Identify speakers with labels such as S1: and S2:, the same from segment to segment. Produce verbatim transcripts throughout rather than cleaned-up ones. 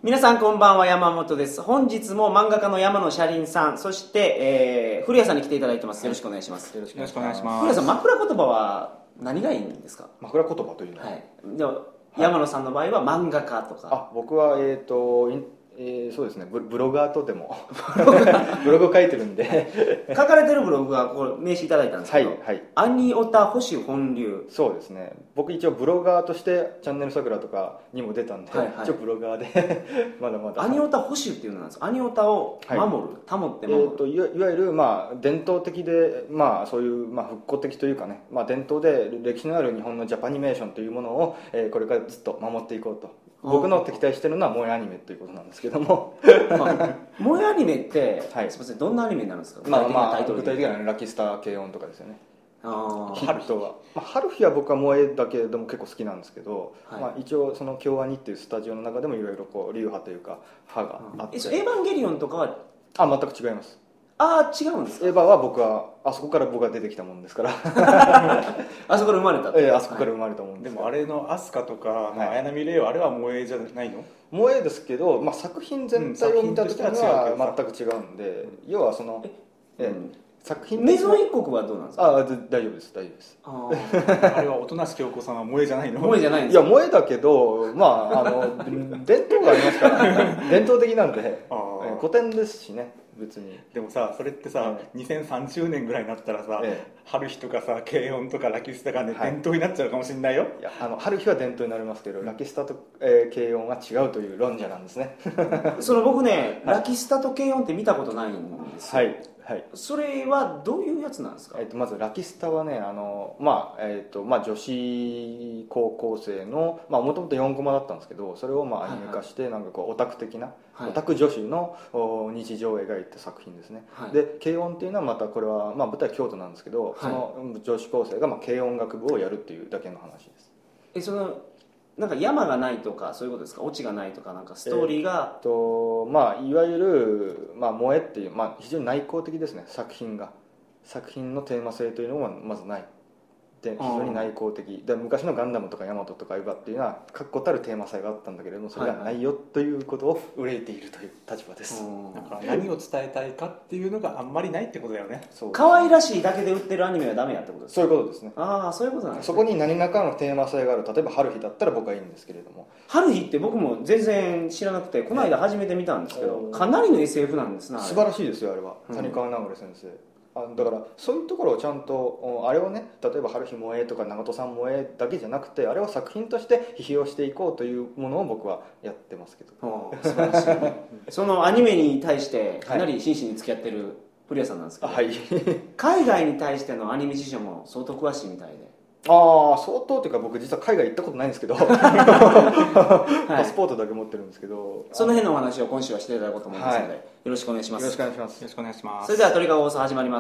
S1: 皆さんこんばんは、山本です。本日も漫画家の山野車輪さん、そして、えー、古谷さんに来ていただいてます。よろしくお願いします。
S2: よろしくお願いします。
S1: 古谷さん、枕言葉は何がいいんですか？
S2: 枕言葉というのは、
S1: はい、では山野さんの場合は漫画家とか。
S2: あ、僕はえっ、ー、とえー、そうですね、ブ, ブロガーとでもブログを書いてるんで
S1: 書かれてるブログがこれ名刺いただいたんですけど、
S2: はいはい、
S1: アニオタ保守本流。
S2: そうですね、僕一応ブロガーとしてチャンネル桜とかにも出たんで、はいはい、一応ブロガーでまだまだ
S1: アニオタ保守っていうのなんですか？アニオタを守る、はい、保って守る、
S2: えー、といわいわゆる、まあ、伝統的で、まあ、そういう、まあ、復古的というかね、まあ、伝統で歴史のある日本のジャパニメーションというものを、えー、これからずっと守っていこうと。僕の敵対してるのは萌えアニメということなんですけども
S1: 萌えアニメって、
S2: はい、
S1: すみません、どんなアニメになるんですか？
S2: まあまあ、具体的にはラキスタ軽音とかですよね。あ春日は、まあ、春日は僕は萌えだけでも結構好きなんですけど、はい、まあ、一応その京アニっていうスタジオの中でもいろいろこう流派というか派があって、
S1: うん、エヴァンゲリオンとかは
S2: あ全く違います。
S1: ああ違うんですか？
S2: エヴァは僕はあそこから僕が出てきたもんですから
S1: あそこから生まれたって、
S2: ええ、あそこから生まれたもんです、
S3: はい、でもあれのアスカとか、まあ、綾波レイはあれは萌えじゃないの？
S2: 萌えですけど、まあ、作品全体を見た時には全く違うんで、うん、要はそのええ、うん、作品
S1: メゾン一国はどうなんですか？
S2: ああ大丈夫です大丈夫です。
S3: ああれは音無し京子さんは萌えじゃないの？
S1: 萌えじゃないんですか？
S2: いや萌えだけど、まあ、あの伝統がありますから伝統的なんで古典ですしね別に。
S3: でもさ、それってさ、ええ、にせんさんじゅうねんぐらいになったらさ、ええ、春日とかさ軽音とかラキスタがね、はい、伝統になっちゃうかもしれないよ。
S2: いや、あの春日は伝統になりますけど、ラキスタと、えー、軽音は違うという論者なんですね
S1: その僕ね、はい、ラキスタと軽音って見たことないんですよ。
S2: はいはい、
S1: それはどういうやつなんですか？
S2: えー、とまずラキスタはね、あの、まあえーとまあ、女子高校生のもともとよんコマだったんですけど、それをまあアニメ化して、はいはい、なんかこうオタク的な、はい、オタク女子の日常を描いた作品ですね、はい、で軽音っていうのはまたこれは、まあ、舞台は京都なんですけど、はい、その女子高生がまあ軽音楽部をやるっていうだけの話です。
S1: えそのなんか山がないとかそういうことですか？オチがないとか、なんかストーリーが、
S2: えーとまあ、いわゆる、まあ、萌えっていう、まあ、非常に内向的ですね。作品が作品のテーマ性というのがまずないで、非常に内向的で、昔のガンダムとかヤマトとかエヴァっていうのは確固たるテーマ性があったんだけれども、それがないよということを憂えているという立場です。
S3: だから何を伝えたいかっていうのがあんまりないってことだよね。
S1: そう可愛らしいだけで売ってるアニメはダメやってことですか？
S2: そういうことですね。
S1: ああ、そういうことなんですね。
S2: そこに何らかのテーマ性がある、例えば春日だったら僕はいいんですけれども、
S1: 春日って僕も全然知らなくてこの間初めて見たんですけど、かなりの エスエフ なんですね。
S2: 素晴らしいですよあれは、谷川直先生、あだからそういうところをちゃんと、あれをね、例えば春日萌えとか長門さん萌えだけじゃなくて、あれを作品として批評していこうというものを僕はやってますけど、
S1: 素晴らしいそのアニメに対してかなり真摯に付き合ってる古谷さんなんですけど、はい、海外に対してのアニメ事情も相当詳しいみたいで。
S2: ああ、相当というか僕実は海外行ったことないんですけどパスポートだけ持ってるんですけど、
S1: その辺のお話を今週はしていただこうと思いますので、はい、よろしくお願いします。
S2: よろしくお願いします。
S3: よろしくお願いします。
S1: それでは鳥かご放送始まります。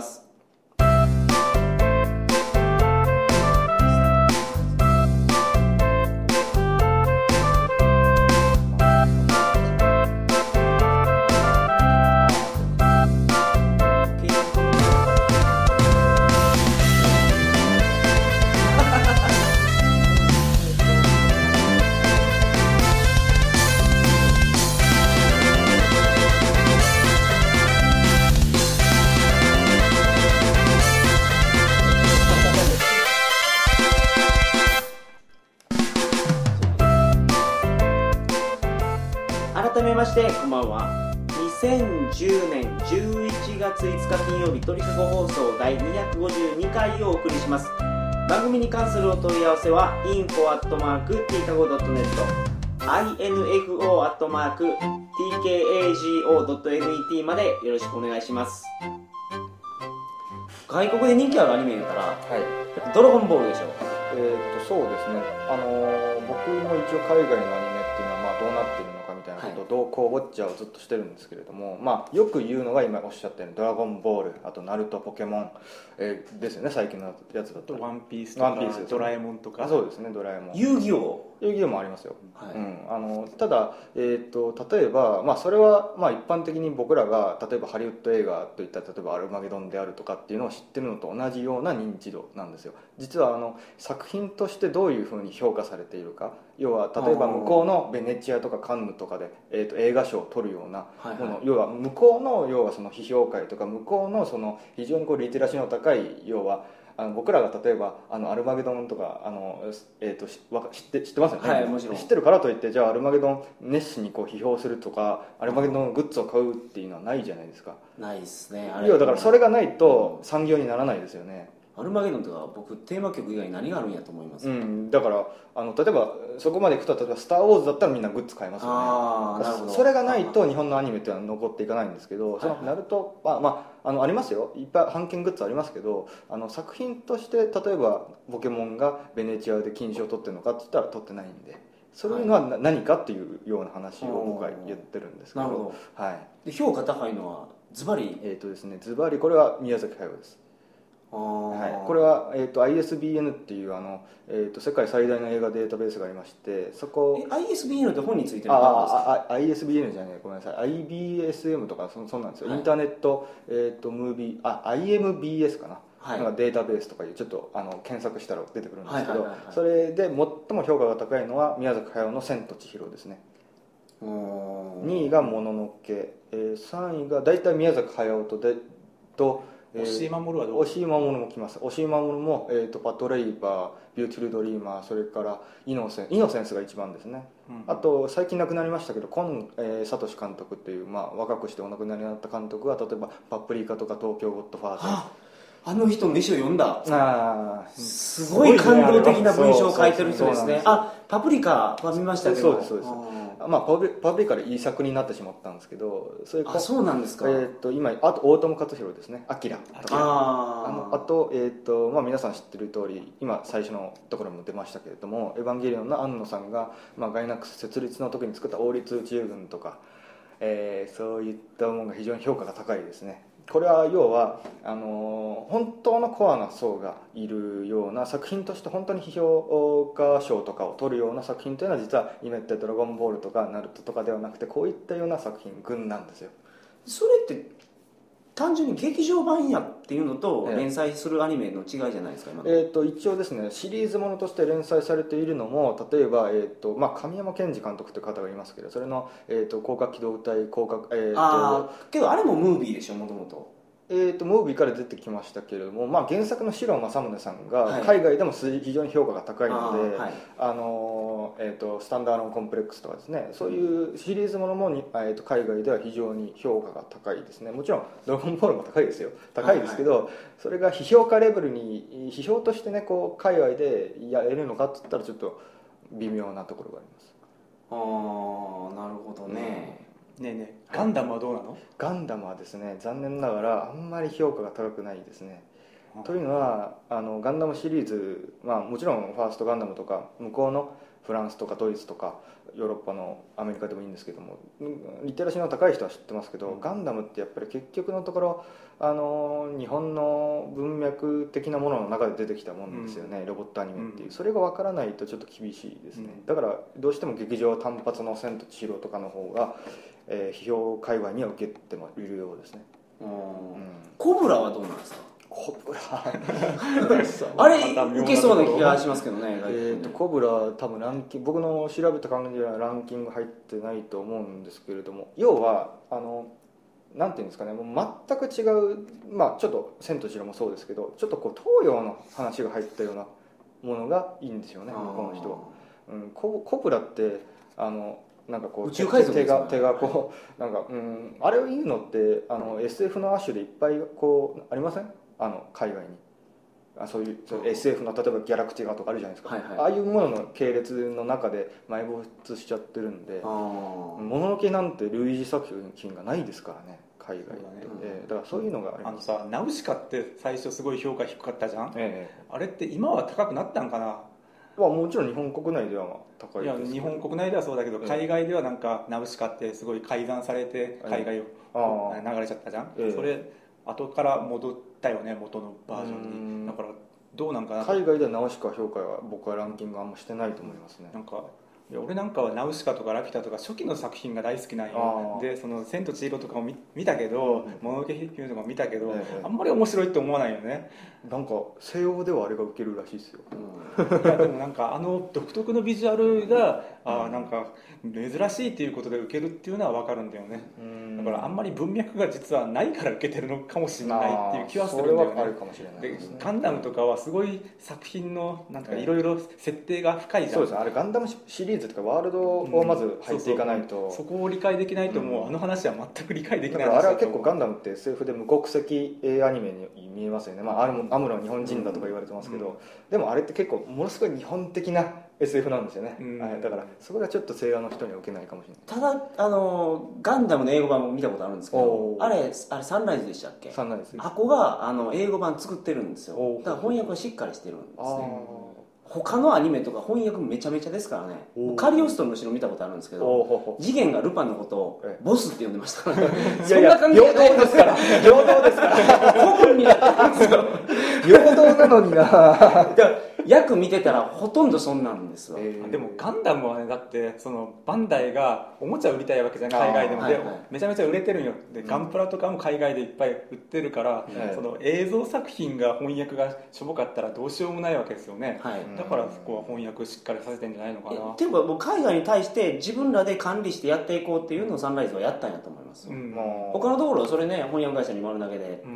S1: 改めましてこんばんは。にせんじゅうねんじゅういちがついつか金曜日、鳥かご放送だいにひゃくごじゅうにかいをお送りします。番組に関するお問い合わせは インフォ アットマーク ティーカゴ ドットネット インフォ アットマーク ティーケーエージーオー ドット ネット までよろしくお願いします。外国で人気あるアニメ言うたら、はい、ドラゴンボールでしょ。
S2: えー、っとそうですね、あのー、僕も一応海外のアニメっていうのはまあどうなっているのかみたいなことを同行ウォッチャーをずっとしてるんですけれども、はい、まあ、よく言うのが今おっしゃったようにドラゴンボール、あとナルト、ポケモン、えー、ですよね、最近のやつだと
S3: ワンピースとか
S2: ワンピース、
S3: ドラえもんとか。
S2: あ、そうですね、ドラえもん、
S1: 遊戯王。
S2: い遊戯王もありますよ、
S1: はい
S2: うん、あのただ、えー、と例えば、まあ、それはまあ一般的に僕らが例えばハリウッド映画といったら例えばアルマゲドンであるとかっていうのを知ってるのと同じような認知度なんですよ。実はあの作品としてどういうふうに評価されているか、要は例えば向こうのベネチアとかカンヌとかで、えー、と映画賞を取るようなもの、はいはい、要は向こうの要はその批評会とか向こうのその非常にこうリテラシーの高い、要はあの僕らが例えばあのアルマゲドンとかあの、えー、としわか知って知ってますよね、
S1: はい、もちろん
S2: 知ってるからといってじゃあアルマゲドン熱心にこう批評するとかアルマゲドンのグッズを買うっていうのはないじゃないですか。
S1: ないですね。あれ
S2: いやだからそれがないと産業にならないですよね。
S1: アルマゲドンとか僕テーマ曲以外に何があるんやと思います、
S2: うん、だからあの例えばそこまでいくと例えば「スター・ウォーズ」だったらみんなグッズ買いますよね。
S1: あなるほど。
S2: それがないと日本のアニメっていうのは残っていかないんですけど、そのナルトはまああのありますよ、いっぱい版権グッズありますけど、あの作品として例えばポケモンがベネチアで金賞を取ってるのかって言ったら取ってないんで、そういうのは何かっていうような話を僕は言ってるんですけど、
S1: なるほど、
S2: はい、
S1: で評価高いのはズバリ
S2: えっとですねズバリこれは宮崎駿です。はい、これは、えー、と アイエスビーエヌ っていうあの、えー、と世界最大の映画データベースがありまして、そこ
S1: え アイエスビーエヌ って本についてるのか
S2: ああ アイエスビーエヌ じゃないごめんなさい アイビーエスエム とか そ, そんなんですよ、はい、インターネット、えー、とムービーあ アイエムビーエス かな、はい、なんかデータベースとかいうちょっとあの検索したら出てくるんですけど、それで最も評価が高いのは宮崎駿の千と千尋ですね。にいがもののけ、えー、さんいが大体宮崎駿とでと
S3: 押井守はどう？
S2: 押井守も来ます。押井守も、えーと、パトレイバー、ビューティフルドリーマー、それからイノセンイノセンスが一番ですね、うん、あと最近亡くなりましたけど今、えー、サトシ監督っていう、まあ、若くしてお亡くなりになった監督は例えばパプリカとか東京ゴッドファーザー、
S1: あの人の遺書読んだ。
S2: あ
S1: すごい感動的な文章を書いてる人ですね。あ、パプリカは見ましたけど。
S2: そうですそうです。まあ、パブリパブリカでいい作になってしまったんですけど、それ
S1: あそうなんですか。
S2: えー、と今あと大友克洋ですね、アキラとか、ああのあと,、えーとまあ、皆さん知ってる通り今最初のところも出ましたけれども、エヴァンゲリオンの庵野さんが、まあ、ガイナックス設立の時に作った王立宇宙軍とか、えー、そういったものが非常に評価が高いですね。これは要はあの本当のコアな層がいるような作品として本当に批評家賞とかを取るような作品というのは実は今言ったドラゴンボールとかナルトとかではなくてこういったような作品群なんですよ。
S1: それって単純に劇場版やっていうのと連載するアニメの違いじゃないですか、今。
S2: えー、と一応ですねシリーズものとして連載されているのも例えば、えーとまあ、神山健二監督という方がいますけど、それの、えー、と広角機動隊広角、えー、と
S1: あけどあれもムービーでしょもともと。
S2: えー、とムービーから出てきましたけれども、まあ、原作の四郎正宗さんが海外でも非常に評価が高いので、はい、あ、はい、のえー、とスタンダードコンプレックスとかですね、そういうシリーズものもに、えー、と海外では非常に評価が高いですね。もちろんドラゴンボールも高いですよ、高いですけど、はいはい、それが批評家レベルに批評としてねこう海外でやれるのかって言ったらちょっと微妙なところがあります。
S1: ああなるほどね、うん
S3: ねえねえガンダムはどうなの？
S2: ガンダムはですね残念ながらあんまり評価が高くないですね。というのはあのガンダムシリーズ、まあ、もちろんファーストガンダムとか向こうのフランスとかドイツとかヨーロッパのアメリカでもいいんですけども、リテラシーの高い人は知ってますけど、ガンダムってやっぱり結局のところあの日本の文脈的なものの中で出てきたものですよね、うん、ロボットアニメっていう、それが分からないとちょっと厳しいですね、うん、だからどうしても劇場単発の千と千尋とかの方が、えー、批評界隈には受けてもいるようですね。うん、
S1: コブラはどうなんですか？
S2: コブラ
S1: あれ受けそうな気がしますけどね。
S2: えーとコブラ多分ランキング僕の調べた感じではランキング入ってないと思うんですけれども、要はあのなんていうんですかね、もう全く違う、まあちょっと千と千尋もそうですけど、ちょっとこう東洋の話が入ったようなものがいいんですよね、この人は。うん、コ, コブラってあのなんかこう
S1: 宇宙海賊
S2: 手が手がこうなんか、うん、あれを言うのってあの エスエフ の亜種でいっぱいこうありません？あの海外にあそういうそう エスエフ の例えばギャラクティガとかあるじゃないですか、はいはい、ああいうものの系列の中で埋没しちゃってるんで、もののけなんて類似作品がないですからね海外で、ねえー、だからそういうのがあります。
S3: あのさナウシカって最初すごい評価低かったじゃん、えー、あれって今は高くなったんかな？
S2: まあ、もちろん日本国内では高いです、
S3: いや日本国内ではそうだけど、えー、海外ではなんかナウシカってすごい改ざんされて海外を流れちゃったじゃん、えー、それ後から戻ったよね元のバージョンに。だからどうなんかな。
S2: 海外ではナウシカ評価は僕はランキングあんましてないと思いますね。
S3: なんかいや俺なんかはナウシカとかラピュタとか初期の作品が大好きなんよ。でその千と千尋とかも 見, 見たけど、もののけ姫とかも見たけど、ええ、あんまり面白いって思わないよね。
S2: なんか西欧ではあれがウケるらしいですよ、
S3: うん、いやでもなんかあの独特のビジュアルがあなんか珍しいっていうことでウケるっていうのは分かるんだよね。だからあんまり文脈が実はないから受けてるのかもしれないっていう気はするんだよね。
S2: それはあるかもしれないですね。
S3: でガンダムとかはすごい作品のなんかいろいろ設定が深いじゃん。
S2: そうです。あれガンダムシリーズとかワールドをまず入っていかないと、
S3: うん、そうそう、そこを理解できないともう、うん、あの話は全く理解できない。
S2: だからあれは結構ガンダムって エスエフ で無国籍アニメに見えますよね。まあアムロは日本人だとか言われてますけど、うん、でもあれって結構ものすごい日本的な エスエフ なんですよね、うん、だからそこがちょっと西洋の人には受けないかもしれない。
S1: ただあのガンダムの英語版も見たことあるんですけど、あれあれサンライズでしたっけ。
S2: サンライズ。
S1: あこがあの英語版作ってるんですよ。だから翻訳はしっかりしてるんですね。他のアニメとか翻訳めちゃめちゃですからね。カリオストロの城見たことあるんですけど、次元がルパンのことをボスって呼んでましたからね。
S2: そんな感じ平等ですから平等ですから
S1: 古文になってるんですよ。
S2: 平等なのにな。
S1: 役見てたらほとんどそんなんですよ、
S3: えー、でもガンダムはねだってそのバンダイがおもちゃ売りたいわけじゃない海外でも、はいはい、でめちゃめちゃ売れてるんよ。でガンプラとかも海外でいっぱい売ってるから、うん、その映像作品が翻訳がしょぼかったらどうしようもないわけですよね、はい、だからそこは翻訳しっかりさせてんじゃないのかな。
S1: っていうかもう海外に対して自分らで管理してやっていこうっていうのをサンライズはやったんやと思います、うん、他のところはそれね翻訳会社に回るだけで、うん、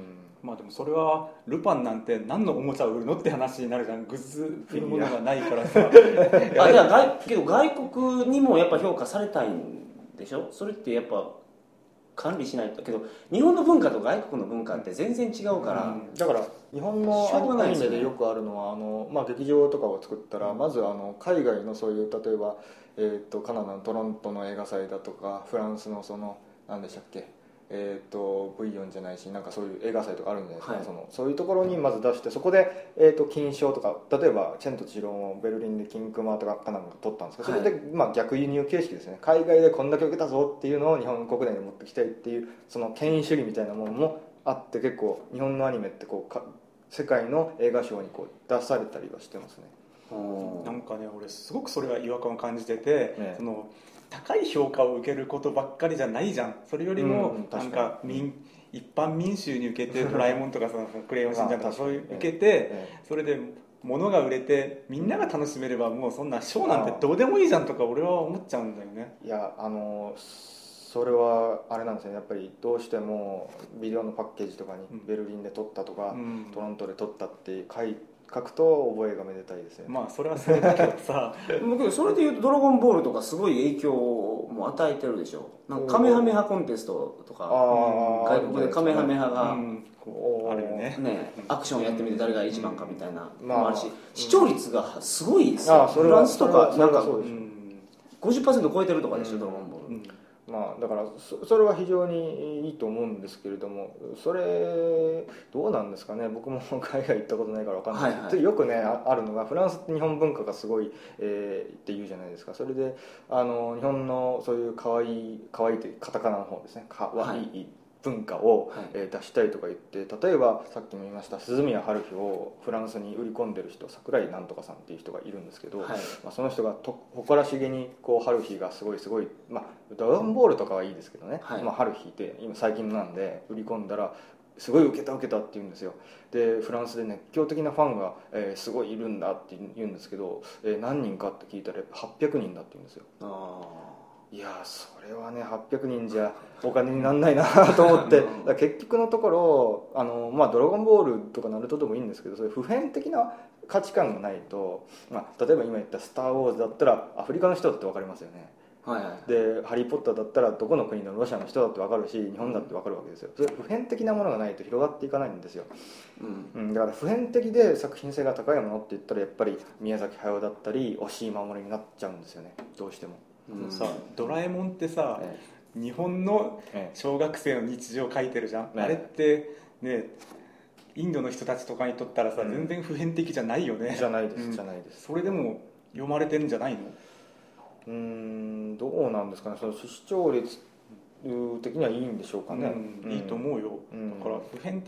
S3: まあでもそれはルパンなんて何のおもちゃを売るのって話になるじゃん。グッズ売るものがないからさ。
S1: あじゃあ外けど外国にもやっぱ評価されたいんでしょ。それってやっぱ管理しないと。けど日本の文化と外国の文化って全然違うから、うん、
S2: だから日本のアニメでよくあるのはあの、まあ、劇場とかを作ったらまずあの海外のそういう例えば、えー、とカナダのトロントの映画祭だとかフランスのその何でしたっけえー、と ブイよん じゃないしなんかそういう映画祭とかあるんじゃないですか、はい、そのそういうところにまず出してそこで、えー、と金賞とか例えばチェンと千尋をベルリンで金熊とかかなんか取ったんですけど、それで、まあ、逆輸入形式ですね。海外でこんだけ受けたぞっていうのを日本国内に持ってきたいっていうその権威主義みたいなものもあって結構日本のアニメってこうか世界の映画賞にこう出されたりはしてますね。
S3: なんかね俺すごくそれは違和感を感じてて、ね、その高い評価を受けることばっかりじゃないじゃん。それよりもなんか民一般民衆に受けてドラえもんとかそのクレヨンしんちゃんとかそういう受けてそれで物が売れてみんなが楽しめればもうそんな賞なんてどうでもいいじゃんとか俺は思っちゃうんだよね。
S2: いやあのそれはあれなんですよね。やっぱりどうしてもビデオのパッケージとかにベルリンで撮ったとか、うん、トロントで撮ったって書いて書くと覚えがめでたいですね。
S3: まあそれはそうだけどさ
S1: 僕それでいうとドラゴンボールとかすごい影響も与えてるでしょ。なんかカメハメハコンテストとか外国でカメハメハが、うん、
S3: あるよね
S1: ねアクションやってみて誰が一番かみたいなのもあるし、視聴率がすごいですよ。フランスとかなんか ごじゅっパーセント 超えてるとかでしょ、うん、ドラゴンボール、うん
S2: まあ、だからそそれは非常にいいと思うんですけれども、それどうなんですかね。僕も海外行ったことないから分かんないですけど、はいはい、よくね あ, あるのがフランスって日本文化がすごい、えー、って言うじゃないですか。それであの日本のそういうかわいいかわいいってカタカナの方ですね、かわいい、はい文化を、はいえー、出したいとか言って、例えばさっきも言いました鈴宮春日をフランスに売り込んでる人、桜井なんとかさんっていう人がいるんですけど、はいまあ、その人がと誇らしげにこう春日がすごいすごい、まあ、ドラゴンボールとかはいいですけどね、はいまあ、春日って今最近なんで売り込んだらすごい受けた受けたって言うんですよ。でフランスで熱狂的なファンが、えー、すごいいるんだって言うんですけど、えー、何人かって聞いたらはっぴゃくにんだって言うんですよ。あいやそれはねはっぴゃくにんじゃお金にならないなと思ってだ結局のところあの、まあ、ドラゴンボールとかナルトでもいいんですけど、そういう普遍的な価値観がないと、まあ、例えば今言ったスター・ウォーズだったらアフリカの人だって分かりますよね、はいはい、でハリー・ポッターだったらどこの国のロシアの人だって分かるし日本だって分かるわけですよ。それ普遍的なものがないと広がっていかないんですよ、うんうん、だから普遍的で作品性が高いものって言ったらやっぱり宮崎駿だったり押井守になっちゃうんですよね、どうしても。
S3: うん、さドラえもんってさ、ええ、日本の小学生の日常を書いてるじゃん、ええ、あれってねインドの人たちとかにとったらさ、うん、全然普遍的じゃないよね。
S2: じゃないです、うん、じゃないです。
S3: それでも読まれてるんじゃないの？
S2: うーんどうなんですかね。その視聴率的にはいいんでしょうかね、
S3: うん、いいと思うよ、うん、だから普遍的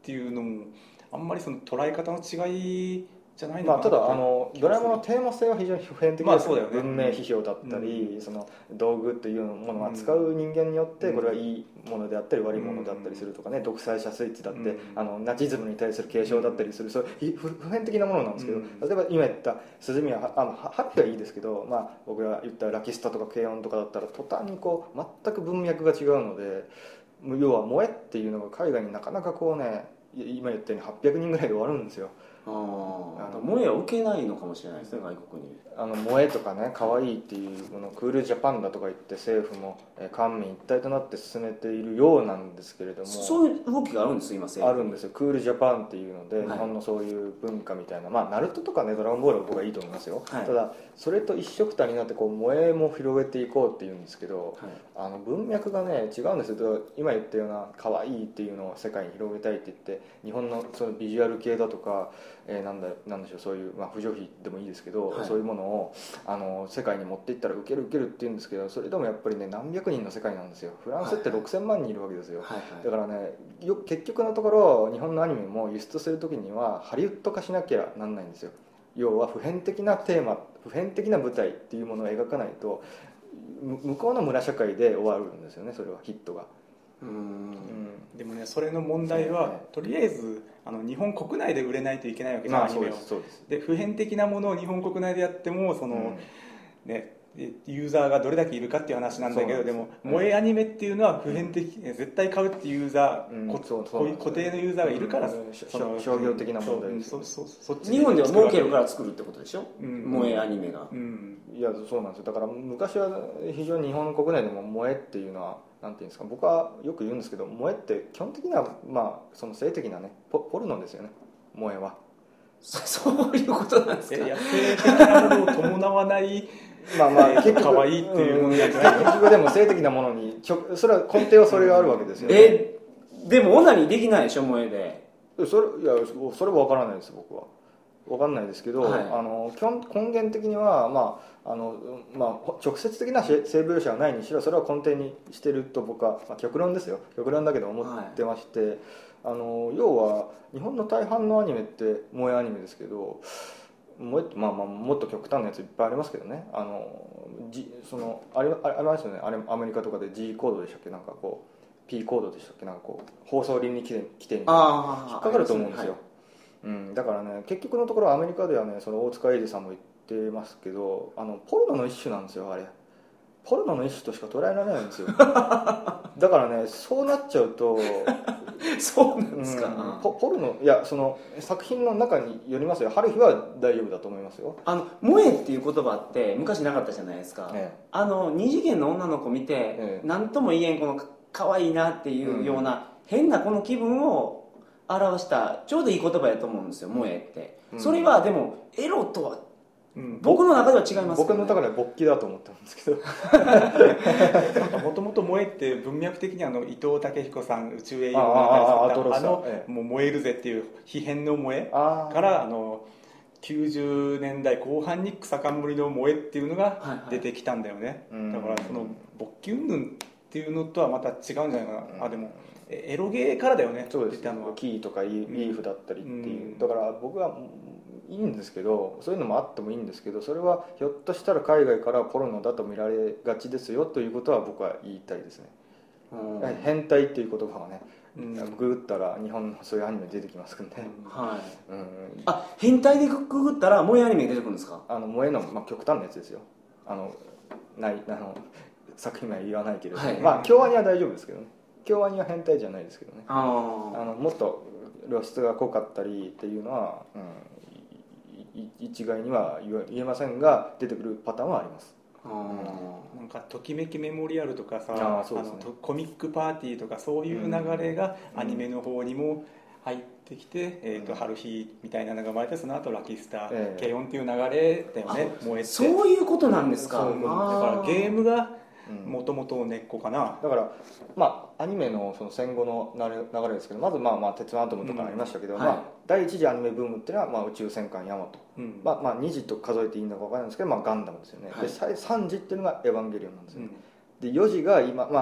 S3: っていうのもあんまりその捉え方の違いじゃないのかな、
S2: まあ、ただあのドラえもんのテーマ性は非常に普遍的ですよね、
S3: まあそうだよね、
S2: 文明批評だったり、うん、その道具というものを扱う人間によってこれはいいものであったり悪いものであったりするとかね、独裁者スイッチだって、うん、あのナチズムに対する警鐘だったりする、そういう普遍的なものなんですけど、うん、例えば今言った鈴宮あのハッピーはいいですけど、まあ、僕が言ったラキスタとか軽音とかだったら途端にこう全く文脈が違うので、要は萌えっていうのが海外になかなかこうね、今言ったようにはっぴゃくにんぐらいで終わるんですよ。
S1: ああ、萌えは受けないのかもしれないですね、外国に。
S2: あの萌えとかね、可愛いっていうもの、クールジャパンだとか言って政府も官民一体となって進めているようなんですけれども、
S1: そういう動きがあるんです、今政府。
S2: あるんですよ。クールジャパンっていうので、はい、日本のそういう文化みたいな、まあナルトとかね、ドラゴンボールは僕はいいと思いますよ、はい、ただそれと一緒くたになってこう萌えも広げていこうっていうんですけど、はい、あの文脈がね違うんですよ。今言ったような可愛いっていうのを世界に広げたいって言って日本のそのビジュアル系だとか、えー、なんだなんでしょう、そういう、まあ、不条理でもいいですけど、はい、そういうものをあの世界に持っていったらウケるウケるって言うんですけど、それでもやっぱりね何百人の世界なんですよ。フランスってろくせんまん人いるわけですよ、はいはい、だからねよ結局のところ日本のアニメも輸出するときにはハリウッド化しなきゃなんないんですよ。要は普遍的なテーマ、普遍的な舞台っていうものを描かないと向こうの村社会で終わるんですよね、それはヒットが。
S3: うん、うん、でもねそれの問題は、ね、とりあえずあの日本国内で売れないといけないわけじゃない、アニメを。で普遍的なものを日本国内でやってもその、うんね、ユーザーがどれだけいるかっていう話なんだけど、でも萌えアニメっていうのは普遍的、うん、絶対買うっていうユーザー、うん、こそうそう固定のユーザーがいるから、うん、
S2: その商業的な問題です、
S1: うん、そそそっち日本では儲けるから作るってことでしょ、うん、萌えアニメが、
S2: うん、いやそうなんですよ。だから昔は非常に日本国内でも萌えっていうのはなんていうんですか、僕はよく言うんですけど、萌えって基本的には、まあ、その性的なね ポ, ポルノですよね、萌えは。
S1: そ, そういうことなんですか。
S3: いや性的なものを伴わないまあまあ結構可愛いっていうものじゃない、
S2: 結局でも性的なものにそれは根底はそれがあるわけですよね。
S1: えでもオナニーできないでしょ萌えで。
S2: それいやそれは分からないです、僕は分かんないですけど、はい、あの基本根源的には、まああのまあ、直接的な性描写はないにしろそれは根底にしてると僕は、まあ、極論ですよ、極論だけど思ってまして、はい、あの要は日本の大半のアニメって萌えアニメですけど、もっと、まあ、まあもっと極端なやついっぱいありますけどね、あのじそのあれありますよね、あれアメリカとかで G コードでしたっけ、なんかこう P コードでしたっけ、なんかこう放送倫理規定みたいな引っかかると思うんですよ、はい、うん、だからね結局のところアメリカではね、その大塚英二さんも言ってますけど、あのポルノの一種なんですよ、あれポルノの一種としか捉えられないんですよだからねそうなっちゃうと
S1: そうなんですか、
S2: うん、ポ, ポルノいやその作品の中によりますよ。春日は大丈夫だと思いますよ。
S1: あの萌えっていう言葉って昔なかったじゃないですか、ええ、あの二次元の女の子見て、ええ、何とも言えんこの可愛いなっていうような、うん、変なこの気分を表したちょうどいい言葉やと思うんですよ萌えって、うん、それはでもエロとはうん、僕の中では違います、ね、
S2: 僕の中では勃起だと思ったんですけど
S3: もともと萌えって文脈的にあの伊藤武彦さん宇宙英雄の中であの、ええ、もう燃えるぜっていう批変の萌えからあのきゅうじゅうねんだいこう半に草冠の萌えっていうのが出てきたんだよね、はいはい、だからその勃起云々っていうのとはまた違うんじゃないかな、うん、あでもエロゲーからだよね。
S2: そうですね、キーとかイーフだったりっていう、うん、だから僕はいいんですけど、そういうのもあってもいいんですけど、それはひょっとしたら海外からポルノだと見られがちですよということは僕は言いたいですね、うん、変態っていう言葉はね、うん、ググったら日本のそういうアニメ出てきますんで、うん、はい、
S1: うん、あ変態でググったら萌えアニメ出てくるんですか。
S2: あの萌えの、まあ、極端なやつですよ。あのないあの作品名は言わないけれども、はい、まあ京アニは大丈夫ですけどね。京アニは変態じゃないですけどね。ああのもっと露出が濃かったりっていうのは、うん、一概には言えませんが出てくるパターンはあります。
S3: あ、うん、なんかときめきメモリアルとかさ、ああ、そうですね、あのコミックパーティーとかそういう流れがアニメの方にも入ってきて、うん、えーと春日みたいなのが生まれて、その後ラキスタ、えー、ケヨンっていう流れだよね。燃えて
S1: そういうことなんですか。
S3: そうだからゲームがもともと根っこかな、
S2: だからまあアニメ の, その戦後の流れですけど、まずまあまあ鉄腕アトムとかありましたけど、うん、はい、まあ、第一次アニメブームっていうのはまあ宇宙戦艦ヤマト、うん、まあ、まあに次と数えていいのか分からないんですけど、まあ、ガンダムですよね、はい、でさん次っていうのがエヴァンゲリオンなんですよ、うん、でよん次が今、まあ、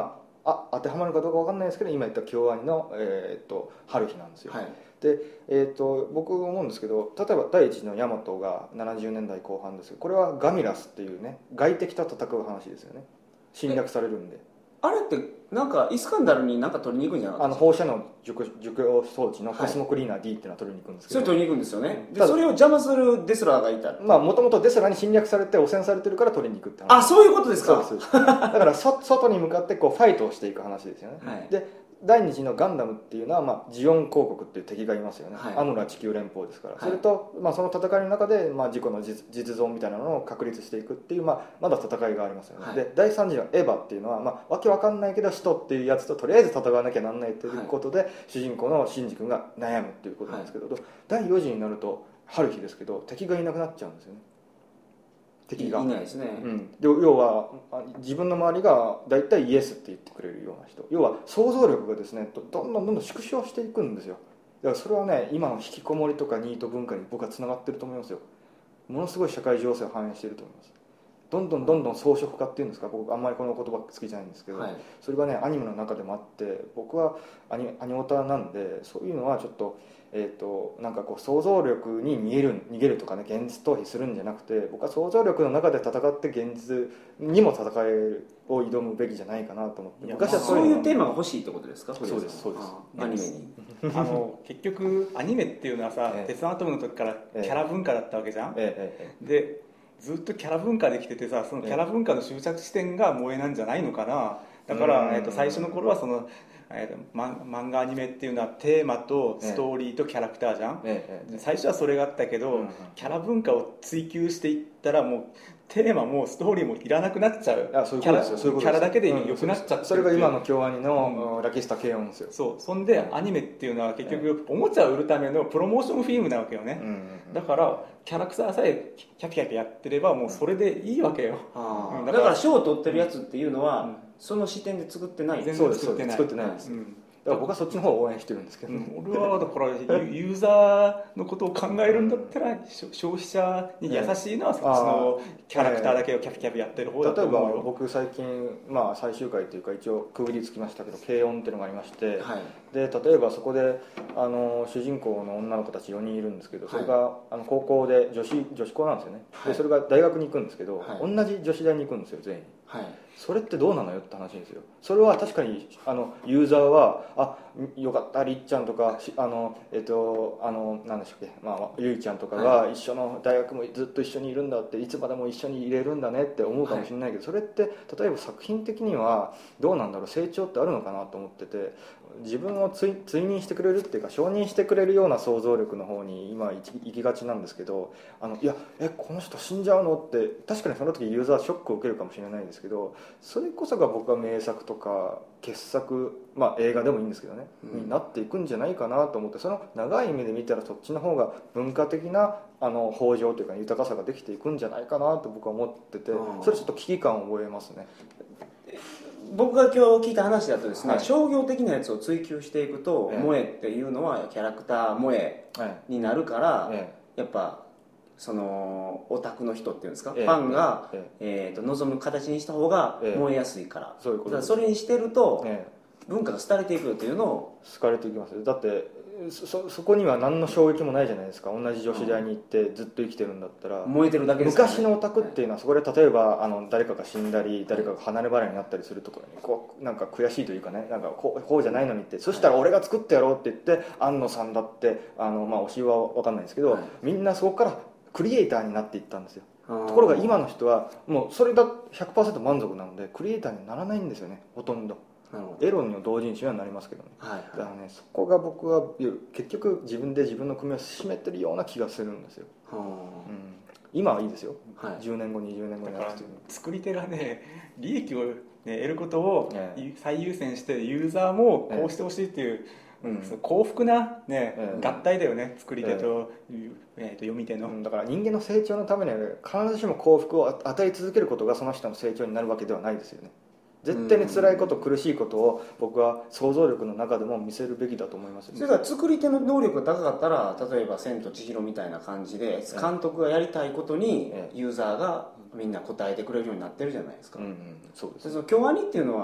S2: あ当てはまるかどうか分かんないですけど今言った京アニの、えー、と春日なんですよ、
S1: はい、
S2: で、えー、と僕思うんですけど例えば第一のヤマトがななじゅうねんだいこう半ですけどこれはガミラスっていうね外敵と戦う話ですよね侵略されるんで
S1: あれってなんかイスカンダルになんか取りに行くんじゃなかった
S2: あの放射能除去装置のコスモクリーナー D っていうのは取りに行くんですけど、
S1: それ取りに行くんですよね。でそれを邪魔するデスラーがいた。
S2: まあもともとデスラーに侵略されて汚染されてるから取りに行くって話。
S1: あ、そういうことですか。
S2: そうですだからそ外に向かってこうファイトをしていく話ですよね、
S1: はい、で
S2: 第二次のガンダムっていうのは、まあ、ジオン公国っていう敵がいますよね、はい、アムラ地球連邦ですから、はい、それと、まあ、その戦いの中で、まあ、自己の 実, 実像みたいなのを確立していくっていう、まあ、まだ戦いがありますよね、はい、でだいさん次のエヴァっていうのは、まあ、わけわかんないけど使徒っていうやつととりあえず戦わなきゃなんないということで、はい、主人公のシンジ君が悩むっていうことなんですけど、はい、だいよん次になると春日ですけど敵がいなくなっちゃうんですよね。敵が
S1: い, いないですね、
S2: うん、で要は自分の周りが大体イエスって言ってくれるような人、要は想像力がですねどんどんどんどん縮小していくんですよ。だからそれはね今の引きこもりとかニート文化に僕はつながってると思いますよ。ものすごい社会情勢を反映していると思います。どんどんどんどん装飾化っていうんですか、僕あんまりこの言葉好きじゃないんですけど、はい、それがねアニメの中でもあって僕はアニアニオタなんでそういうのはちょっとえー、となんかこう想像力に逃げる逃げるとかね現実逃避するんじゃなくて僕は想像力の中で戦って現実にも戦いを挑むべきじゃないかなと思って
S1: 昔はそういうテーマが欲しいってことですか。
S2: そうですそうです
S1: アニメに
S3: あの結局アニメっていうのはさ、ええ、鉄腕アトムの時からキャラ文化だったわけじゃん、えええ、でずっとキャラ文化できててさそのキャラ文化の終着地点が萌えなんじゃないのかな。だから、えー、と最初の頃はそのえー、漫画アニメっていうのはテーマとストーリーとキャラクターじゃん、えええ、最初はそれがあったけど、うんうん、キャラ文化を追求していったらもうテーマもストーリーもいらなくなっちゃう。
S2: あそういうことですよ。そういうことです。
S3: キャラだけで良くなっちゃってる、
S2: うん、それが今の京アニの、うん、ラキスタ軽音ですよ。
S3: そうそんでアニメっていうのは結局おもちゃを売るためのプロモーションフィルムなわけよね、うんうんうん、だからキャラクターさえキャピキャピやってればもうそれでいいわけよ、
S1: うんうん、だから賞を取ってるやつっていうのは、うん、その視点で作ってない。
S3: 全然作ってない。
S2: 作ってないです、うんだから僕はそっちの方を応援してるんですけど、ね、
S3: うん、俺はだからユーザーのことを考えるんだったら消費者に優しいのはそっちのキャラクターだけをキャピキャピやってる方だと思うよ。
S2: 例えば僕最近、まあ、最終回というか一応くぐりつきましたけど軽音っていうのがありまして、はい、で例えばそこであの主人公の女の子たちよにんいるんですけどそれが、はい、あの高校で女子女子校なんですよね、はい、でそれが大学に行くんですけど、はい、同じ女子大に行くんですよ全員、はい、それってどうなのよって話ですよ。それは確かにあのユーザーはあよかったりっちゃんとかあのえっとあの何でしたっけ、まあ、ゆいちゃんとかが一緒の大学もずっと一緒にいるんだっていつまでも一緒にいれるんだねって思うかもしれないけど、はい、それって例えば作品的にはどうなんだろう成長ってあるのかなと思ってて自分を追認してくれるっていうか承認してくれるような想像力の方に今行きがちなんですけどあのいやえこの人死んじゃうのって確かにその時ユーザーはショックを受けるかもしれないですけどそれこそが僕は名作とか傑作、まあ、映画でもいいんですけどね、うん、になっていくんじゃないかなと思ってその長い目で見たらそっちの方が文化的なあの豊穣というか豊かさができていくんじゃないかなと僕は思っててそれちょっと危機感を覚えますね。
S1: 僕が今日聞いた話だとですね、はい、商業的なやつを追求していくと、ええ、萌えっていうのはキャラクター萌えになるから、ええ、やっぱそのオタクの人っていうんですか、ええ、ファンが、えええー、と望む形にした方が燃えやすいから、ええ、そういうことです。だからそれにしてると、ええ、文化が廃れていくっていうのを
S2: 廃れていきますよ。だってそ, そこには何の衝撃もないじゃないですか。同じ女子大に行ってずっと生きてるんだったら、
S1: うん、燃えてるだけですからね。
S2: 昔のオタクっていうのはそこで例えばあの誰かが死んだり誰かが離れ離れになったりするところにこうなんか悔しいというかねなんかこ う, こうじゃないのにってそしたら俺が作ってやろうって言って安野さんだってあの、まあ、推しは分かんないんですけど、はい、みんなそこからクリエイターになっていったんですよ。ところが今の人はもうそれだ ひゃくパーセント 満足なのでクリエイターにならないんですよねほとんど。エロの同人誌にはなりますけどね、はい、だからねそこが僕は結局自分で自分の組を締めてるような気がするんですよ、うん、今はいいですよ、はい、じゅうねんごにじゅうねんごに
S3: だから作り手がね利益を、ね、得ることを最優先してユーザーもこうしてほしいっていう、えーうん、その幸福な、ねえー、合体だよね作り手と、えーえー、と読み手の、うん、
S2: だから人間の成長のためには必ずしも幸福を与え続けることがその人の成長になるわけではないですよね。絶対に辛いこと苦しいことを僕は想像力の中でも見せるべきだと思います、ね、
S1: それから作り手の能力が高かったら例えば千と千尋みたいな感じで監督がやりたいことにユーザーがみんな答えてくれるようになってるじゃないですか、うんうん、そうです。その京アニっていうのは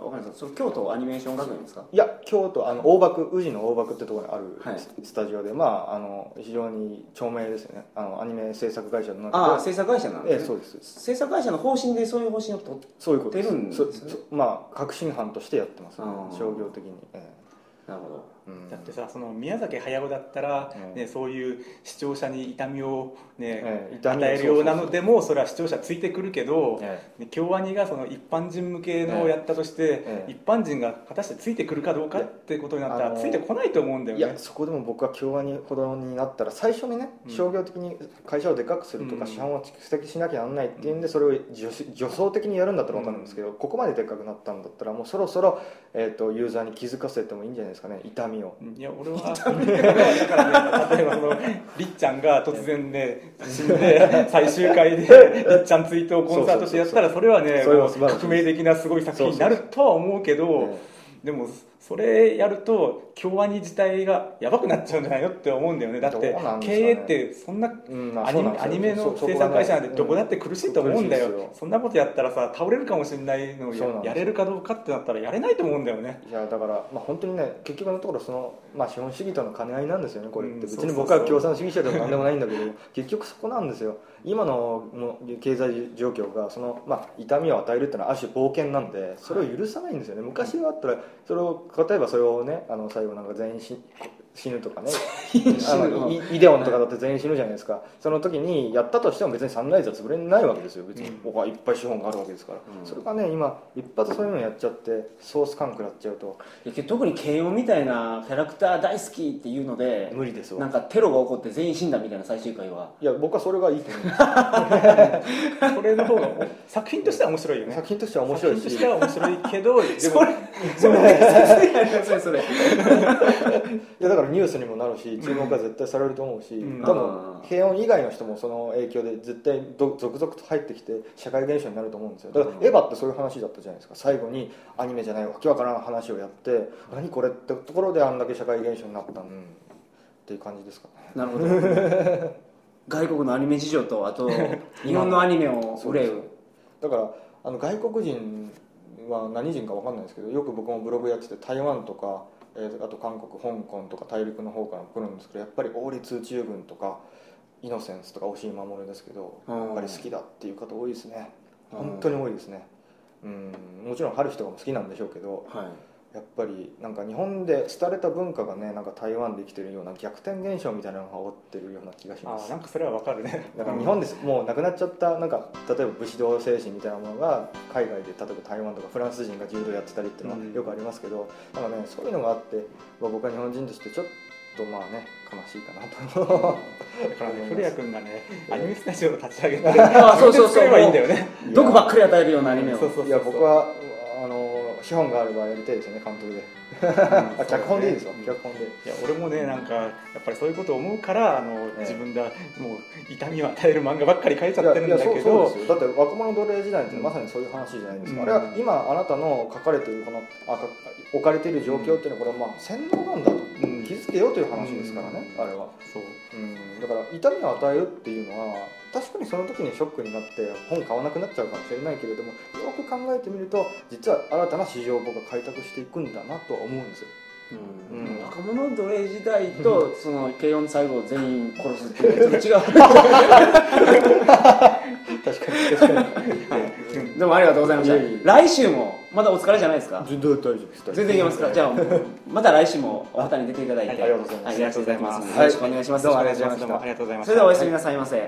S1: わかります。それ京都アニメーション学園ですか？
S2: いや京都あの大幕宇治の大幕ってところにあるスタジオで、はい、まああの非常に著名ですよね。あのアニメ制作会社の中で。
S1: ああ制作会社なんですね。
S2: ええそうです。
S1: 制作会社の方針でそういう方針を取ってるんですね。
S2: そういうことです。まあ革新犯としてやってます、ね、商業的に。ええ
S1: なるほど。
S3: うん、だってさその宮崎駿だったら、うんね、そういう視聴者に痛みを、ねええ、与えるようなのでもそれは視聴者ついてくるけど、ええ、京アニがその一般人向けのをやったとして、ええ、一般人が果たしてついてくるかどうかってことになったらついてこないと思うんだよね。
S2: いやそこでも僕は京アニほどになったら最初にね、うん、商業的に会社をでかくするとか、うん、資本を蓄積しなきゃならないっていうんでそれを助走的にやるんだったら分かるんですけど、うん、ここまででかくなったんだったらもうそろそろ、えーと、ユーザーに気づかせてもいいんじゃないですかね痛みを。
S3: いや俺はだからね例えばそのりっちゃんが突然ね死んで最終回でりっちゃん追悼コンサートしてやったらそれはね革命的なすごい作品になるとは思うけどでもそれやると京アニ自体がやばくなっちゃうんじゃないのって思うんだよね。だって経営ってそんなアニメ、アニメの制作会社なんてどこだって苦しいと思うんだよ、うん、そんなことやったらさ倒れるかもしれないのを や, やれるかどうかってなったらやれないと思うんだよね。
S2: いやだから、まあ、本当にね結局のところその、まあ、資本主義との兼ね合いなんですよねこれって、うん、別に僕は共産主義者でも何でもないんだけど結局そこなんですよ。今の経済状況がその、まあ、痛みを与えるっていうのはある種冒険なんでそれを許さないんですよね。昔はあったらそれを例えばそれをねあの最後なんか全員死死ぬとかねあのイデオンとかだって全員死ぬじゃないですか。その時にやったとしても別にサンライズは潰れないわけですよ別に、うん、僕はいっぱい資本があるわけですから、うん、それがね今一発そういうのやっちゃってソース感食らっちゃうと
S1: 特に慶応みたいなキャラクター大好きっていうので
S2: 無理ですわ。
S1: なんかテロが起こって全員死んだみたいな最終回はい
S2: や僕はそれがいいと思います
S3: それの方が作品としては面白いよね。
S2: 作品としては面白いし
S3: 作品としては面白いけどでも
S1: それそれそれい
S2: やだからニュースにもなるし注目は絶対されると思うし、うん、多分平穏以外の人もその影響で絶対続々と入ってきて社会現象になると思うんですよ。だからエヴァってそういう話だったじゃないですか。最後にアニメじゃないわけわからん話をやって何これってところであんだけ社会現象になったん、うん、っていう感じですかね。
S1: なるほど外国のアニメ事情とあと日本のアニメを売れる
S2: だからあの外国人は何人か分かんないですけどよく僕もブログやってて台湾とかえー、あと韓国、香港とか大陸の方から来るんですけどやっぱり王立宇宙軍とかイノセンスとか押井守ですけどやっぱり好きだっていう方多いですね。本当に多いですね。うんもちろん春日とかも好きなんでしょうけど、はい、やっぱりなんか日本で廃れた文化がねなんか台湾で生きてるような逆転現象みたいなのが起こってるような気がします。
S3: あなんかそれはわかるね。
S2: だから日本ですもうなくなっちゃったなんか例えば武士道精神みたいなものが海外で例えば台湾とかフランス人が柔道やってたりっていうのはよくありますけど、うん、なんかねそういうのがあって、まあ、僕は日本人としてちょっとまあね悲しいかなと
S3: だからね古谷君がねアニメスタジオを立ち上げて
S1: あそうそうそう
S3: いいんだよね。
S1: 毒ばっかり与えるようなアニメを。
S2: そうそうそうそういや僕はあの資本があればやりたいですよね監督であ脚本でいいですよ、うん、脚本で。い
S3: や俺もねなんかやっぱりそういうことを思うからあの、ね、自分でもう痛みを与える漫画ばっかり描いちゃってるんだけど。いやいやそうそうですよ。
S2: だって若者奴隷時代ってまさにそういう話じゃないですか、うん、あれは今あなたの書かれているこのあ置かれている状況っていうのはこれはまあ洗脳なんだと、うん、気づけよという話ですからね、うん、あれはそう、うん、だから痛みを与えるっていうのは確かにその時にショックになって本買わなくなっちゃうかもしれないけれどもよく考えてみると実は新たな市場を僕は開拓していくんだなとは思うんですよ。
S1: うんうん、若者奴隷時代とその慶応の最後を全員殺すっていうのはちょっと違う
S2: 確かに確かに、
S1: はい、どうもありがとうございました。来週もまだお疲れじゃないですか。
S2: 全然大丈夫です。
S1: 全然いけますか。じゃあまた来週もお二人に出ていただいて、
S2: はい、ありがとうございます。
S1: はい、ありがとうございます。よろしくお願いします。
S3: どうもありがとうございました。ありがとうございました。
S1: それではおやすみなさいませ。はい。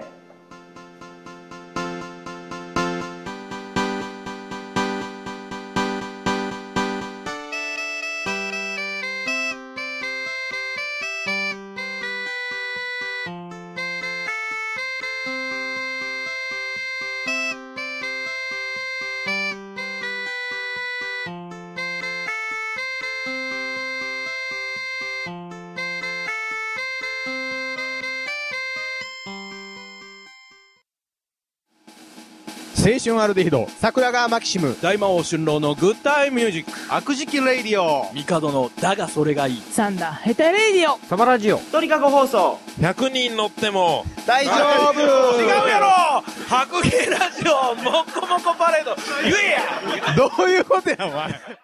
S4: 青春アルデヒド、
S5: 桜川マキシム、
S4: 大魔王春郎のグッタイムミュージック、
S5: 悪事記レイディオ、
S4: 帝のだがそれがいい、
S6: サンダーヘタレイディオ、
S5: サバラジオ、
S1: 鳥かご放送、
S4: ひゃくにん乗っても
S5: 大丈夫
S4: 違うやろ白芸ラジオ、もっこもこパレード、言えや
S5: どういうことやお前